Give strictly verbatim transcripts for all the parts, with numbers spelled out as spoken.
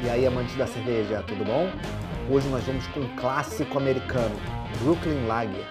E aí, amantes da cerveja, tudo bom? Hoje nós vamos com um clássico americano, Brooklyn Lager.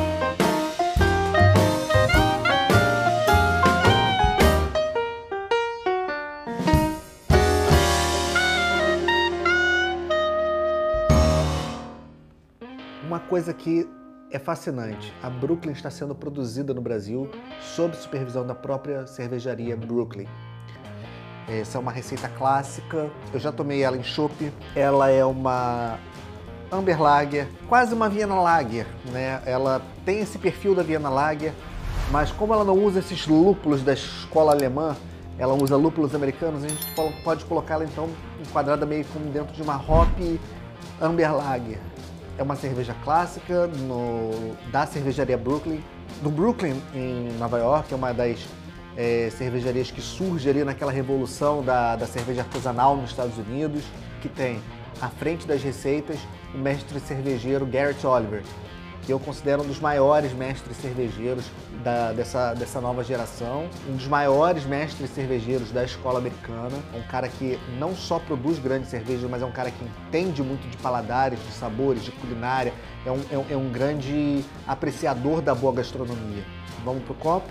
Uma coisa que é fascinante, a Brooklyn está sendo produzida no Brasil sob supervisão da própria cervejaria Brooklyn. Essa é uma receita clássica, eu já tomei ela em chopp. Ela é uma Amber Lager, quase uma Vienna Lager, né? Ela tem esse perfil da Vienna Lager, mas como ela não usa esses lúpulos da escola alemã, ela usa lúpulos americanos, a gente pode colocá-la então enquadrada meio como dentro de uma Hop Amber Lager. É uma cerveja clássica no, da cervejaria Brooklyn, do Brooklyn em Nova York, é uma das É, cervejarias que surge ali naquela revolução da, da cerveja artesanal nos Estados Unidos, que tem à frente das receitas o mestre cervejeiro Garrett Oliver, que eu considero um dos maiores mestres cervejeiros da, dessa, dessa nova geração, um dos maiores mestres cervejeiros da escola americana, um cara que não só produz grandes cervejas, mas é um cara que entende muito de paladares, de sabores, de culinária, é um, é um, é um grande apreciador da boa gastronomia. Vamos pro copo?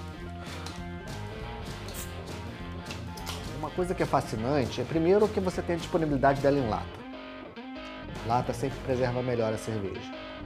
Uma coisa que é fascinante é, primeiro, que você tem a disponibilidade dela em lata. Lata sempre preserva melhor a cerveja.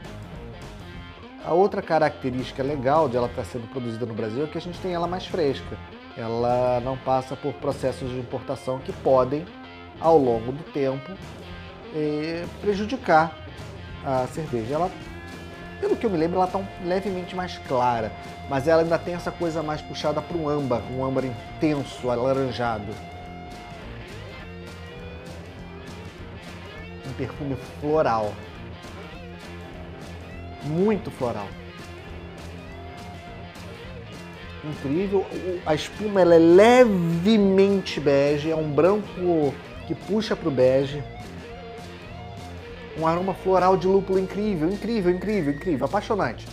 A outra característica legal de ela estar sendo produzida no Brasil é que a gente tem ela mais fresca. Ela não passa por processos de importação que podem, ao longo do tempo, eh, prejudicar a cerveja. Ela, pelo que eu me lembro, ela está um, levemente mais clara, mas ela ainda tem essa coisa mais puxada para um âmbar, um âmbar intenso, alaranjado. Um perfume floral. Muito floral. Incrível. A espuma ela é levemente bege, é um branco que puxa para o bege. Um aroma floral de lúpulo incrível, incrível, incrível, incrível, apaixonante.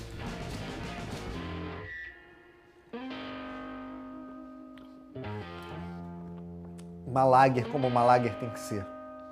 Uma lager como uma lager tem que ser.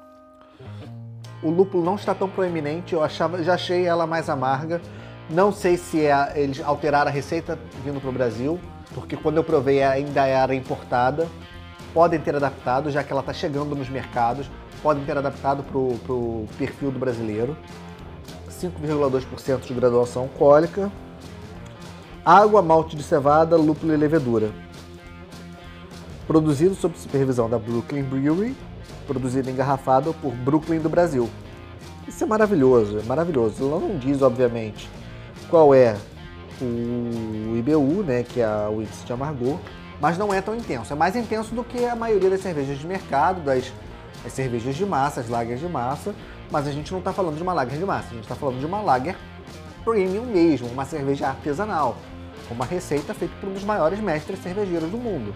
O lúpulo não está tão proeminente, eu achava, já achei ela mais amarga. Não sei se é, eles alteraram a receita vindo para o Brasil, porque quando eu provei ainda era importada. Podem ter adaptado, já que ela está chegando nos mercados, podem ter adaptado para o perfil do brasileiro. cinco vírgula dois por cento de graduação alcoólica. Água, malte de cevada, lúpulo e levedura. Produzido sob supervisão da Brooklyn Brewery, produzido e engarrafado por Brooklyn do Brasil. Isso é maravilhoso, é maravilhoso. Ela não diz, obviamente, qual é o I B U, né, que é o índice de amargor, mas não é tão intenso. É mais intenso do que a maioria das cervejas de mercado, das, das cervejas de massa, as lagers de massa, mas a gente não está falando de uma lager de massa, a gente está falando de uma lager premium mesmo, uma cerveja artesanal, uma receita feita por um dos maiores mestres cervejeiros do mundo.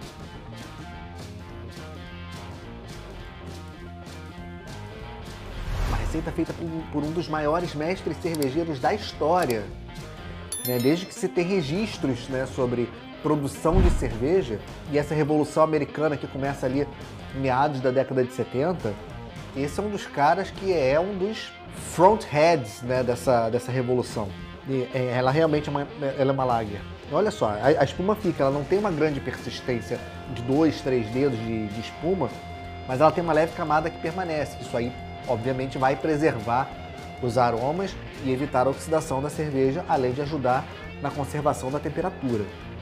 Receita feita por, por um dos maiores mestres cervejeiros da história, né? Desde que se tem registros, né, sobre produção de cerveja, e essa revolução americana que começa ali em meados da década de setenta, esse é um dos caras que é um dos frontheads, né, dessa, dessa revolução. E ela realmente é uma, ela é uma lager. Olha só, a, a espuma fica, ela não tem uma grande persistência de dois, três dedos de, de espuma, mas ela tem uma leve camada que permanece. Isso aí obviamente vai preservar os aromas e evitar a oxidação da cerveja, além de ajudar na conservação da temperatura.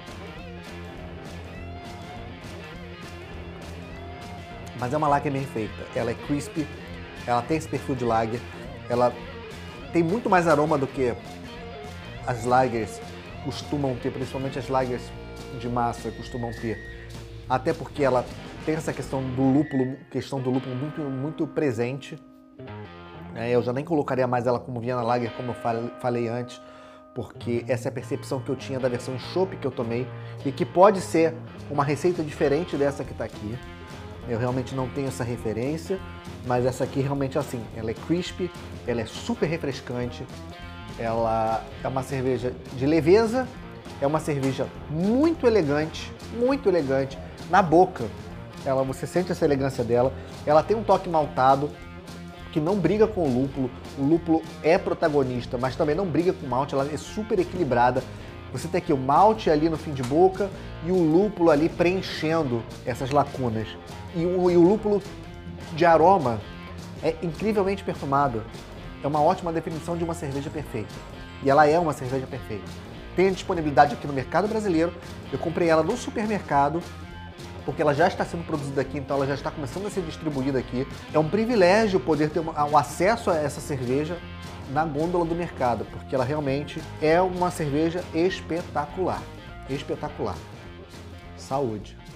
Mas é uma lager bem feita, ela é crispy, ela tem esse perfil de lager, ela tem muito mais aroma do que as lagers costumam ter, principalmente as lagers de massa costumam ter, até porque ela tem essa questão do lúpulo, questão do lúpulo muito, muito presente. É, eu já nem colocaria mais ela como Vienna Lager, como eu falei antes, porque essa é a percepção que eu tinha da versão chopp que eu tomei, e que pode ser uma receita diferente dessa que está aqui. Eu realmente não tenho essa referência, mas essa aqui realmente é assim, ela é crispy, ela é super refrescante, ela é uma cerveja de leveza, é uma cerveja muito elegante, muito elegante na boca. ela, você sente essa elegância dela. Ela tem um toque maltado, que não briga com o lúpulo. O lúpulo é protagonista, mas também não briga com o malte, ela é super equilibrada. Você tem aqui o malte ali no fim de boca e o lúpulo ali preenchendo essas lacunas. E o, e o lúpulo de aroma é incrivelmente perfumado. É uma ótima definição de uma cerveja perfeita. E ela é uma cerveja perfeita. Tem a disponibilidade aqui no mercado brasileiro. Eu comprei ela no supermercado, porque ela já está sendo produzida aqui, então ela já está começando a ser distribuída aqui. É um privilégio poder ter um acesso a essa cerveja na gôndola do mercado, porque ela realmente é uma cerveja espetacular. Espetacular. Saúde!